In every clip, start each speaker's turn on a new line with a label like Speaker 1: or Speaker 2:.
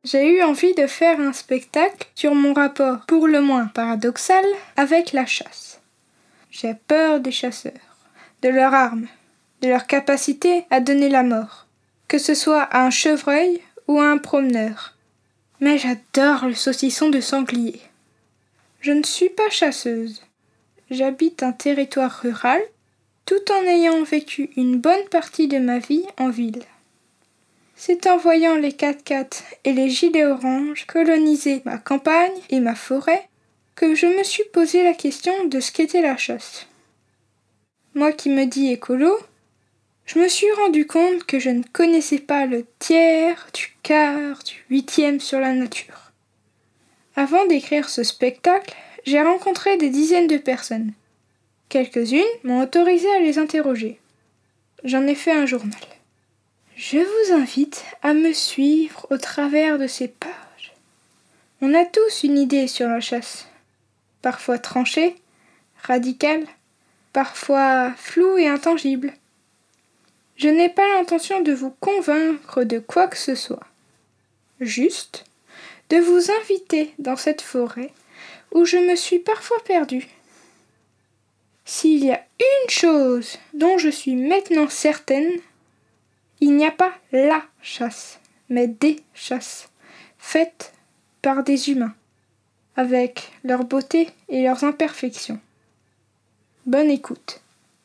Speaker 1: j'ai eu envie de faire un spectacle sur mon rapport, pour le moins paradoxal, avec la chasse. J'ai peur des chasseurs, de leurs armes, de leur capacité à donner la mort, que ce soit à un chevreuil ou à un promeneur. Mais j'adore le saucisson de sanglier. Je ne suis pas chasseuse. J'habite un territoire rural, tout en ayant vécu une bonne partie de ma vie en ville. C'est en voyant les 4x4 et les gilets oranges coloniser ma campagne et ma forêt que je me suis posé la question de ce qu'était la chasse. Moi qui me dis écolo, je me suis rendu compte que je ne connaissais pas le tiers, du quart, du huitième sur la nature. Avant d'écrire ce spectacle, j'ai rencontré des dizaines de personnes. Quelques-unes m'ont autorisé à les interroger. J'en ai fait un journal. Je vous invite à me suivre au travers de ces pages. On a tous une idée sur la chasse. Parfois tranchée, radicale, parfois floue et intangible. Je n'ai pas l'intention de vous convaincre de quoi que ce soit. Juste de vous inviter dans cette forêt où je me suis parfois perdue. S'il y a une chose dont je suis maintenant certaine, il n'y a pas la chasse, mais des chasses, faites par des humains, avec leur beauté et leurs imperfections. Bonne écoute.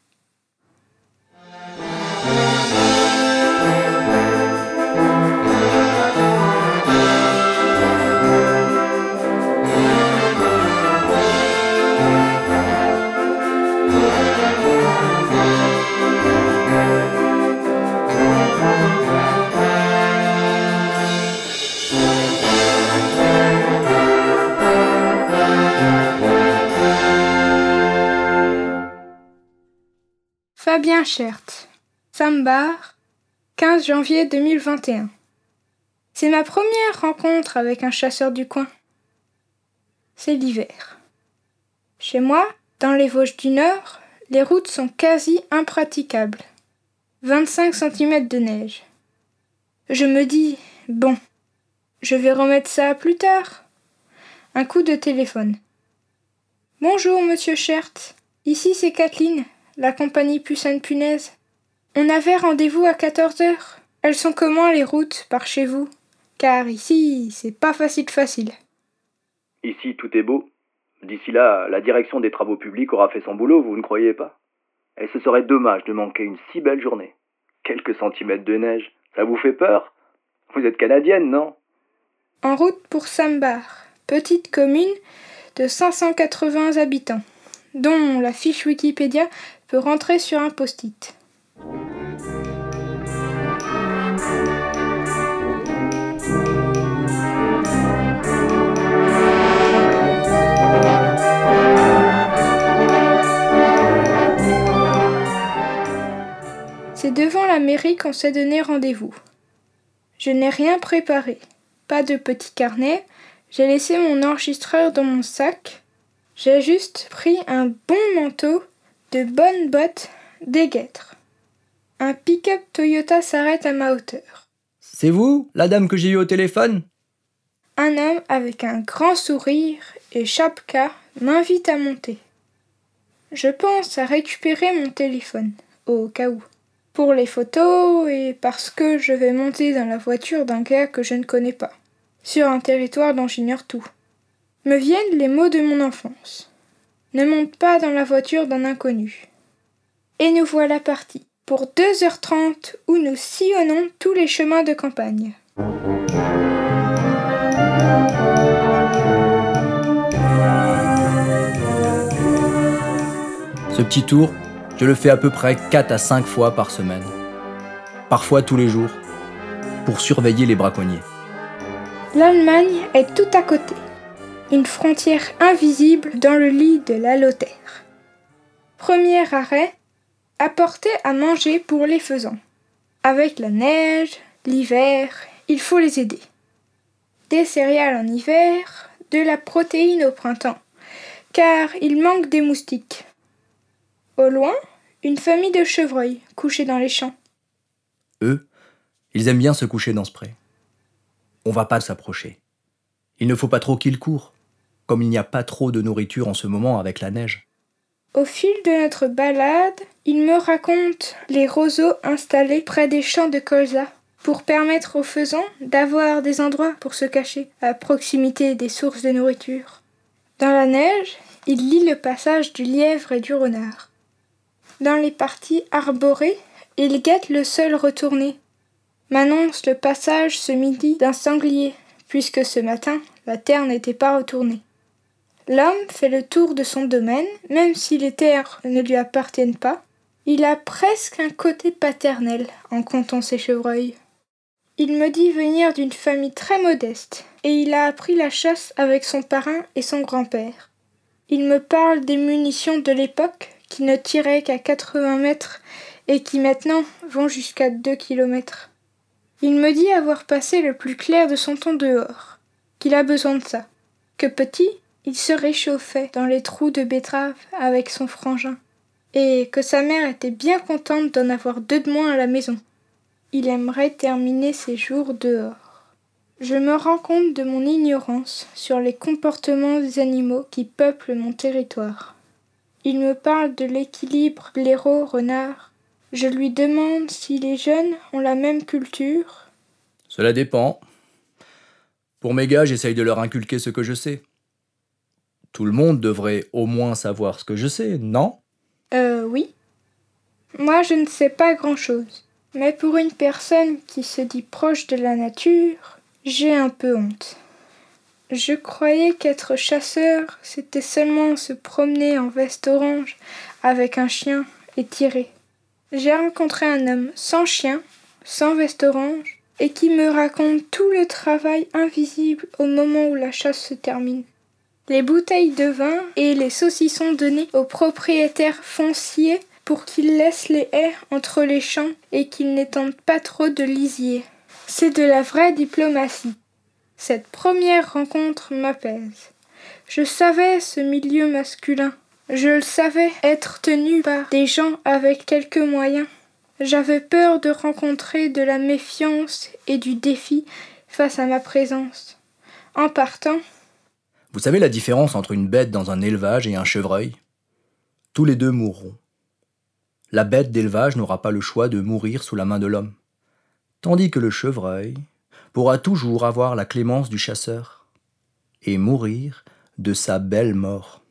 Speaker 1: Fabien Schert, Sambar, 15 janvier 2021. C'est ma première rencontre avec un chasseur du coin. C'est l'hiver. Chez moi, dans les Vosges du Nord, les routes sont quasi impraticables. 25 cm de neige. Je me dis, bon, je vais remettre ça plus tard. Un coup de téléphone. Bonjour, monsieur Schert. Ici, c'est Kathleen, la compagnie Pucelle Punaise. On avait rendez-vous à 14h. Elles sont comment les routes par chez vous? Car ici, c'est pas facile.
Speaker 2: Ici, tout est beau. D'ici là, la direction des travaux publics aura fait son boulot, vous ne croyez pas? Et ce serait dommage de manquer une si belle journée. Quelques centimètres de neige, ça vous fait peur? Vous êtes canadienne, non?
Speaker 1: En route pour Sambar, petite commune de 580 habitants, dont la fiche Wikipédia peut rentrer sur un post-it. C'est devant la mairie qu'on s'est donné rendez-vous. Je n'ai rien préparé, pas de petit carnet, j'ai laissé mon enregistreur dans mon sac. J'ai juste pris un bon manteau, de bonnes bottes, des guêtres. Un pick-up Toyota s'arrête à ma hauteur.
Speaker 3: C'est vous, la dame que j'ai eue au téléphone?
Speaker 1: Un homme avec un grand sourire et chapka m'invite à monter. Je pense à récupérer mon téléphone, au cas où. Pour les photos et parce que je vais monter dans la voiture d'un gars que je ne connais pas, sur un territoire dont j'ignore tout. Me viennent les mots de mon enfance. Ne monte pas dans la voiture d'un inconnu. Et nous voilà partis, pour 2h30 où nous sillonnons tous les chemins de campagne.
Speaker 3: Ce petit tour, je le fais à peu près 4 à 5 fois par semaine. Parfois tous les jours, pour surveiller les braconniers.
Speaker 1: L'Allemagne est tout à côté. Une frontière invisible dans le lit de la Lozère. Premier arrêt, apporter à manger pour les faisans. Avec la neige, l'hiver, il faut les aider. Des céréales en hiver, de la protéine au printemps, car il manque des moustiques. Au loin, une famille de chevreuils couchés dans les champs.
Speaker 3: Eux, ils aiment bien se coucher dans ce pré. on va pas s'approcher. Il ne faut pas trop qu'il court, comme il n'y a pas trop de nourriture en ce moment avec la neige.
Speaker 1: Au fil de notre balade, il me raconte les roseaux installés près des champs de colza pour permettre aux faisans d'avoir des endroits pour se cacher à proximité des sources de nourriture. Dans la neige, il lit le passage du lièvre et du renard. Dans les parties arborées, il guette le sol retourné. M'annonce le passage ce midi d'un sanglier, puisque ce matin, la terre n'était pas retournée. L'homme fait le tour de son domaine, même si les terres ne lui appartiennent pas. Il a presque un côté paternel en comptant ses chevreuils. Il me dit venir d'une famille très modeste, et il a appris la chasse avec son parrain et son grand-père. Il me parle des munitions de l'époque, qui ne tiraient qu'à 80 mètres et qui maintenant vont jusqu'à 2 kilomètres. Il me dit avoir passé le plus clair de son temps dehors, qu'il a besoin de ça, que petit, il se réchauffait dans les trous de betteraves avec son frangin, et que sa mère était bien contente d'en avoir 2 de moins à la maison. Il aimerait terminer ses jours dehors. Je me rends compte de mon ignorance sur les comportements des animaux qui peuplent mon territoire. Il me parle de l'équilibre blaireau-renard. Je lui demande si les jeunes ont la même culture.
Speaker 3: Cela dépend. Pour mes gars, j'essaye de leur inculquer ce que je sais. Tout le monde devrait au moins savoir ce que je sais, non ?
Speaker 1: Oui. Moi, je ne sais pas grand-chose. Mais pour une personne qui se dit proche de la nature, j'ai un peu honte. Je croyais qu'être chasseur, c'était seulement se promener en veste orange avec un chien et tirer. J'ai rencontré un homme sans chien, sans veste orange, et qui me raconte tout le travail invisible au moment où la chasse se termine. Les bouteilles de vin et les saucissons donnés aux propriétaires fonciers pour qu'ils laissent les haies entre les champs et qu'ils n'étendent pas trop de lisier. C'est de la vraie diplomatie. Cette première rencontre m'apaise. Je savais ce milieu masculin. Je le savais être tenu par des gens avec quelques moyens. J'avais peur de rencontrer de la méfiance et du défi face à ma présence. En partant,
Speaker 3: Vous savez la différence entre une bête dans un élevage et un chevreuil ? Tous les deux mourront. La bête d'élevage n'aura pas le choix de mourir sous la main de l'homme, tandis que le chevreuil pourra toujours avoir la clémence du chasseur et mourir de sa belle mort.